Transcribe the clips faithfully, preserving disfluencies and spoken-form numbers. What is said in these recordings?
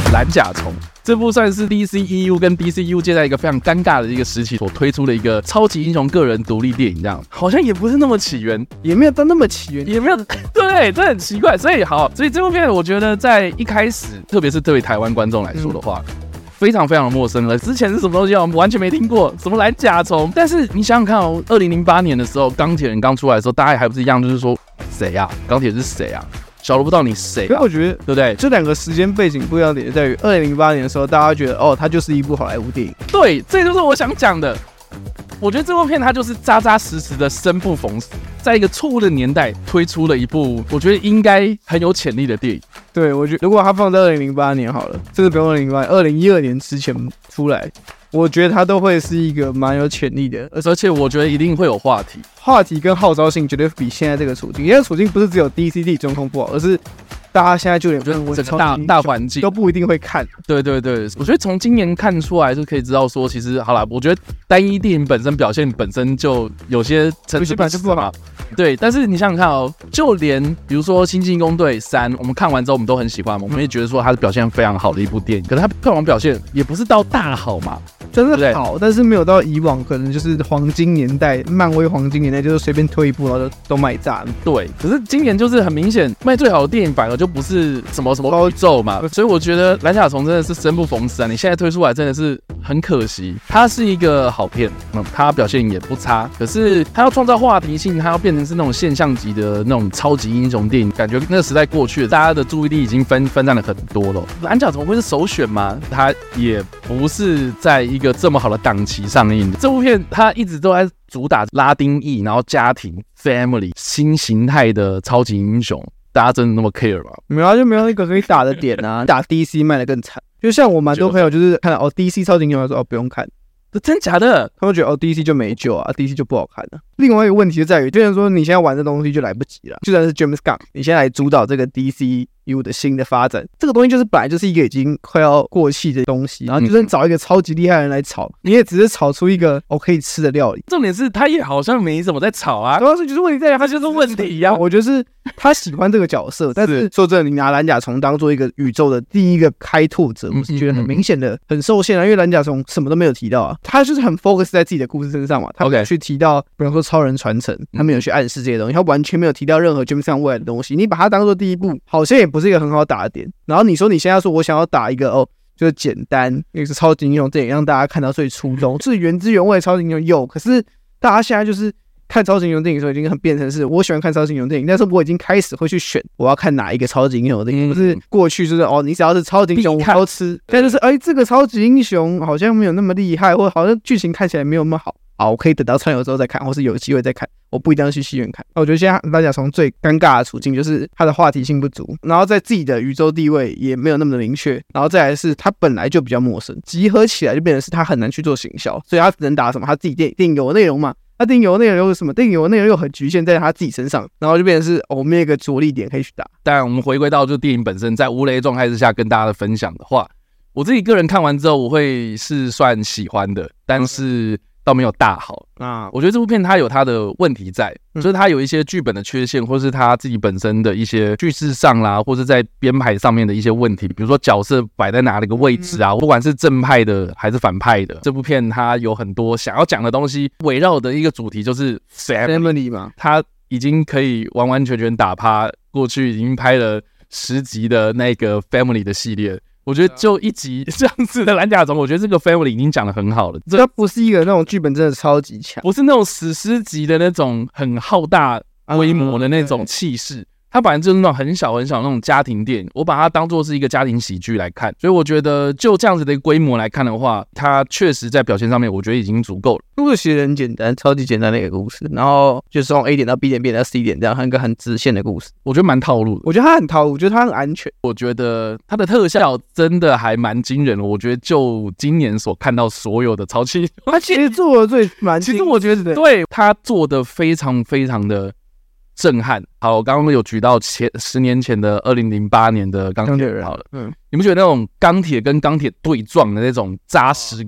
蓝甲虫。这部算是 D C E U 跟 D C U 界在一个非常尴尬的一个时期所推出的一个超级英雄个人独立电影，这样好像也不是那么起源， 也没有到那么起源， 也没有对，这很奇怪。所以好，所以这部片我觉得在一开始，特别是对台湾观众来说的话。嗯非常非常陌生了，之前是什么东西啊？我们完全没听过，什么蓝甲虫。但是你想想看哦，二零零八年的时候，钢铁人刚出来的时候，大家还不是一样，就是说谁啊？钢铁是谁啊？小萝卜到底谁、啊？ 因为我觉得， 对不对？ 这两个时间背景不一样的点在于，二零零八年的时候，大家觉得哦，它就是一部好莱坞电影。 对，这就是我想讲的。我觉得这部片它就是扎扎实实的生不逢时，在一个错误的年代推出了一部我觉得应该很有潜力的电影。 对，我觉得如果它放在二零零八年好了，甚至不用二零零八年，二零一二年之前出来，我觉得它都会是一个蛮有潜力的， 而且我觉得一定会有话题， 话题跟号召性绝对比现在这个处境，现在处境不是只有 D C 自己中控不好，而是大家现在就连整个大大环境都不一定会看。 对对对，我觉得从今年看出来就可以知道说，其实好啦，我觉得单一电影本身表现本身就有些层次不不好。对，但是你想想看哦，就连比如说《星际义工队三》，我们看完之后我们都很喜欢嘛，我们也觉得说它是表现非常好的一部电影，可是它票房表现也不是到大好嘛。 真的好，但是没有到以往可能就是黄金年代，漫威黄金年代就是随便推一部然后就都卖炸了。 对，可是今年就是很明显卖最好的电影反而就不是什么什么宇宙嘛，所以我觉得蓝甲虫真的是生不逢时啊！你现在推出来真的是很可惜。它是一个好片，嗯，它表现也不差，可是它要创造话题性，它要变成是那种现象级的那种超级英雄电影，感觉那个时代过去了，大家的注意力已经分分散了很多了。蓝甲虫会是首选吗？它也不是在一个这么好的档期上映的。这部片它一直都在主打拉丁裔，然后家庭 family 新形态的超级英雄，大家真的那么 care 吗？ 没有啊，就没有一个可以打的点啊。打 D C 卖得更惨，就像我蛮多朋友就是看到哦 D C 超级英雄说哦不用看， 真假的？ 他们觉得哦 D C 就没救啊 ，D C 就不好看了。另外一个问题就在于，就是说你现在玩这东西就来不及了。就算是 James Gunn， 你现在来主导这个 D C U 的新的发展，这个东西就是本来就是一个已经快要过气的东西，然后就算找一个超级厉害的人来炒，你也只是炒出一个哦可以吃的料理。 重点是他也好像没什么在炒啊， 主要是就是问题在于他就是问题啊。 我觉得是他喜欢这个角色，但是说真的，你拿蓝甲虫当做一个宇宙的第一个开拓者，我是觉得很明显的很受限啊，因为蓝甲虫什么都没有提到啊，他就是很 focus 在自己的故事身上嘛，他没有去提到，比方说超人传承，他没有去暗示这些东西，他完全没有提到任何 James Gunn 未来的东西。你把它当做第一部，好像也不是一个很好打的点。然后你说你现在说我想要打一个哦，就是简单，那个是超级英雄电影，让大家看到最初衷，是原汁原味的超级英雄有，可是大家现在就是看超级英雄电影的时候已经很变成是我喜欢看超级英雄电影，但是我已经开始会去选我要看哪一个超级英雄的电影，不是过去就是哦，你只要是超级英雄我都吃，但就是哎这个超级英雄好像没有那么厉害，或好像剧情看起来没有那么好。好，我可以等到串流之后再看，或是有机会再看，我不一定要去戏院看。我觉得现在蓝甲虫最尴尬的处境就是它的话题性不足，然后在自己的宇宙地位也没有那么的明确，然后再来是它本来就比较陌生，集合起来就变成是它很难去做行销，所以它只能打什么它自己电电影有的内容嘛。它电影有的内容又是什么？电影有的内容又很局限在他自己身上，然后就变成是、哦、我们有一个着力点可以去打。 当然，我们回归到就电影本身，在无雷状态之下跟大家的分享的话，我自己个人看完之后，我会是算喜欢的，但是倒没有大好啊。我觉得这部片它有它的问题在，就是它有一些剧本的缺陷，或是它自己本身的一些叙事上啦，或是在编排上面的一些问题，比如说角色摆在哪里个位置啊，不管是正派的还是反派的，这部片它有很多想要讲的东西，围绕的一个主题就是 family 嘛，它已经可以完完全全打趴过去已经拍了十集的那个 family 的系列。我觉得就一集这样子的蓝甲虫，我觉得这个 family 已经讲得很好了。 它不是一个那种剧本真的超级强， 不是那种史诗级的那种很浩大规模的那种气势。它本来就是那种很小很小的那种家庭电影，我把它当作是一个家庭喜剧来看，所以我觉得就这样子的一个规模来看的话，它确实在表现上面，我觉得已经足够了。 故事其实很简单，超级简单的一个故事，然后就是从 A 点到 B 点， B 点到 C 点，这样一个很直线的故事， 我觉得蛮套路的。 我觉得它很套路，我觉得它很安全。 我觉得它的特效真的还蛮惊人的，我觉得就今年所看到所有的超级， 它其实做的最蛮， 其实我觉得对它做的非常非常的震撼。好，我刚刚有举到前十年前的二零零八年的钢铁人好了，嗯，你不觉得那种钢铁跟钢铁对撞的那种扎实感，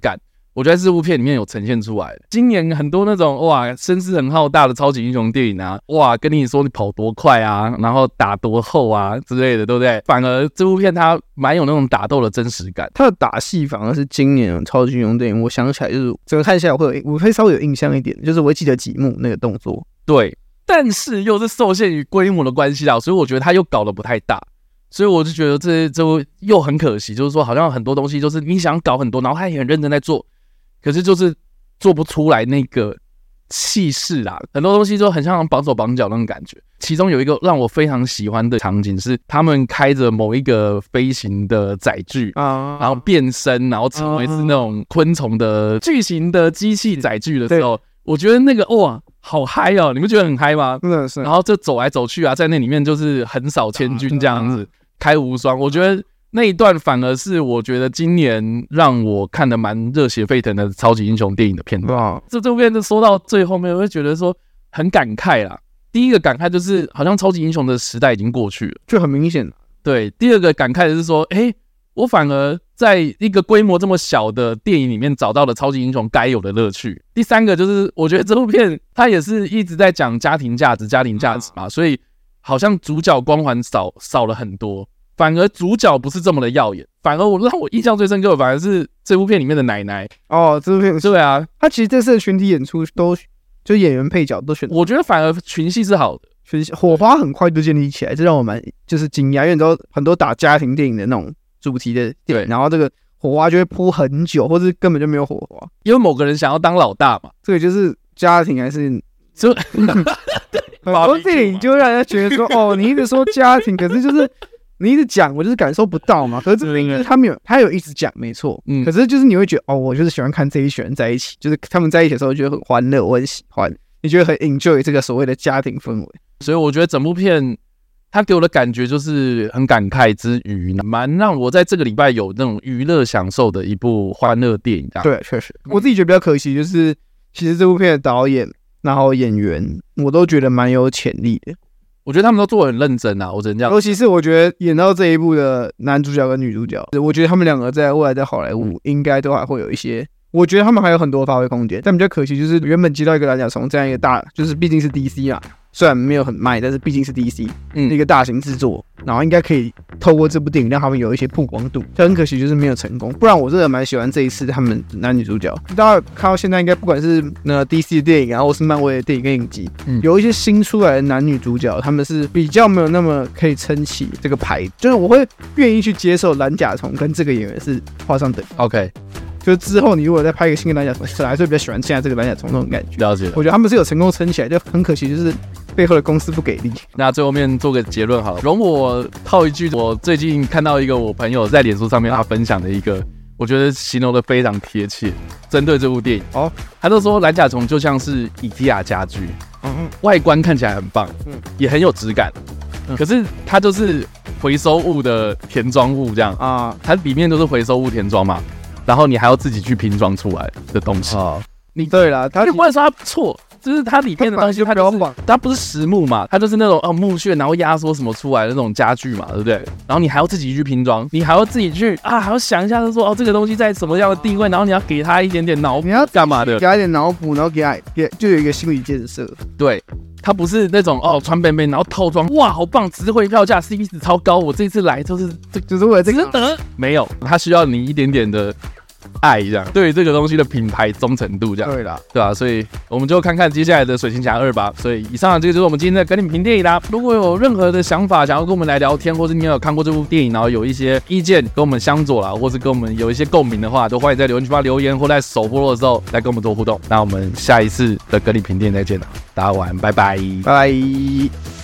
我觉得这部片里面有呈现出来。今年很多那种哇声势很浩大的超级英雄电影啊，哇跟你说你跑多快啊，然后打多厚啊之类的，对不对？反而这部片它蛮有那种打斗的真实感， 它的打戏反而是今年的超级英雄电影，我想起来就是整个看下来会有我会稍微有印象一点，就是我会记得几幕那个动作。 对，但是又是受限于规模的关系啦，所以我觉得它又搞得不太大。所以我就觉得这这又很可惜，就是说好像很多东西就是你想搞很多，然后他也很认真在做，可是就是做不出来那个气势啦。很多东西就很像绑手绑脚那种感觉。其中有一个让我非常喜欢的场景是，他们开着某一个飞行的载具啊，然后变身，然后成为是那种昆虫的巨型的机器载具的时候，我觉得那个哇。好嗨哦！你不觉得很嗨吗？ 真的是。 然后就走来走去啊，在那里面就是横扫千军这样子，开无双。我觉得那一段反而是我觉得今年让我看的蛮热血沸腾的超级英雄电影的片段。这这部片就说到最后面，我会觉得说很感慨啦。第一个感慨就是好像超级英雄的时代已经过去了， 就很明显。 对，第二个感慨的是说，哎，我反而在一个规模这么小的电影里面找到了超级英雄该有的乐趣。第三个就是我觉得这部片它也是一直在讲家庭价值家庭价值嘛，所以好像主角光环少少了很多，反而主角不是这么的耀眼，反而我让我印象最深刻的反而是这部片里面的奶奶。 哦，这部片对啊， 他其实这次的群体演出都就演员配角都选， 我觉得反而群戏是好的， 群戏火花很快就建立起来，这让我蛮就是惊讶，因为你知道很多打家庭电影的那种主题的电影，然后这个火花就会铺很久，或是根本就没有火花， 因为某个人想要当老大嘛。 这个就是家庭还是就很多电影就会让人家觉得说，哦，你一直说家庭，可是就是你一直讲，我就是感受不到嘛。可是这个他没有，他有一直讲，没错。嗯，可是就是你会觉得，哦，我就是喜欢看这一群人在一起，就是他们在一起的时候觉得很欢乐，我很喜欢，你觉得很 enjoy 这个所谓的家庭氛围。 所以我觉得整部片。他给我的感觉就是很感慨之余，蛮让我在这个礼拜有那种娱乐享受的一部欢乐电影。 对，确实，我自己觉得比较可惜，就是其实这部片的导演，然后演员，我都觉得蛮有潜力的。 我觉得他们都做得很认真啊，我只能这样。 尤其是我觉得演到这一部的男主角跟女主角，我觉得他们两个在未来在好莱坞应该都还会有一些。我觉得他们还有很多发挥空间，但比较可惜就是原本接到一个蓝甲虫这样一个大，就是毕竟是 D C 啊，虽然没有很卖，但是毕竟是 D C，嗯，一个大型制作，然后应该可以透过这部电影让他们有一些曝光度，但很可惜就是没有成功。不然我真的蛮喜欢这一次他们男女主角，大家看到现在应该不管是那 D C 的电影啊，或是漫威的电影跟影集，嗯，有一些新出来的男女主角，他们是比较没有那么可以撑起这个牌，就是我会愿意去接受蓝甲虫跟这个演员是画上等。 OK。 就是之后你如果再拍一个新的蓝甲虫，可能还是比较喜欢现在这个蓝甲虫那种感觉。 了解， 我觉得他们是有成功撑起来，就很可惜就是背后的公司不给力。 那最后面做个结论好了，容我套一句，我最近看到一个我朋友在脸书上面他分享的一个，我觉得形容的非常贴切，针对这部电影哦，他就说蓝甲虫就像是 IKEA 家具，嗯嗯，外观看起来很棒，嗯，也很有质感，嗯，可是它就是回收物的填装物这样啊，它里面都是回收物填装嘛。然后你还要自己去拼装出来的东西。哦， 你对啦， 它或者说它不错，就是它里面的东西，它就是它不是实木嘛，它就是那种哦木屑，然后压缩什么出来的那种家具嘛，对不对？然后你还要自己去拼装，你还要自己去啊，还要想一下，就说哦这个东西在什么样的定位，然后你要给它一点点脑补，你要干嘛的？ 给它一点脑补，然后给它给就有一个心理建设。 对。它不是那种哦穿背背然后套装哇好棒，值回票价 C P 值超高，我这次来就是这就是为了这个值得。没有，它需要你一点点的爱，这样对于这个东西的品牌忠诚度，这样对啦， 对吧、啊？所以我们就看看接下来的水行侠二吧。所以以上的这个就是我们今天的跟你评电影啦。如果有任何的想法想要跟我们来聊天，或是你有看过这部电影，然后有一些意见跟我们相左啦，或是跟我们有一些共鸣的话，都欢迎在留言区发留言，或在首播的时候来跟我们做互动。那我们下一次的跟你评电影再见了，大家晚安，拜拜， 拜拜。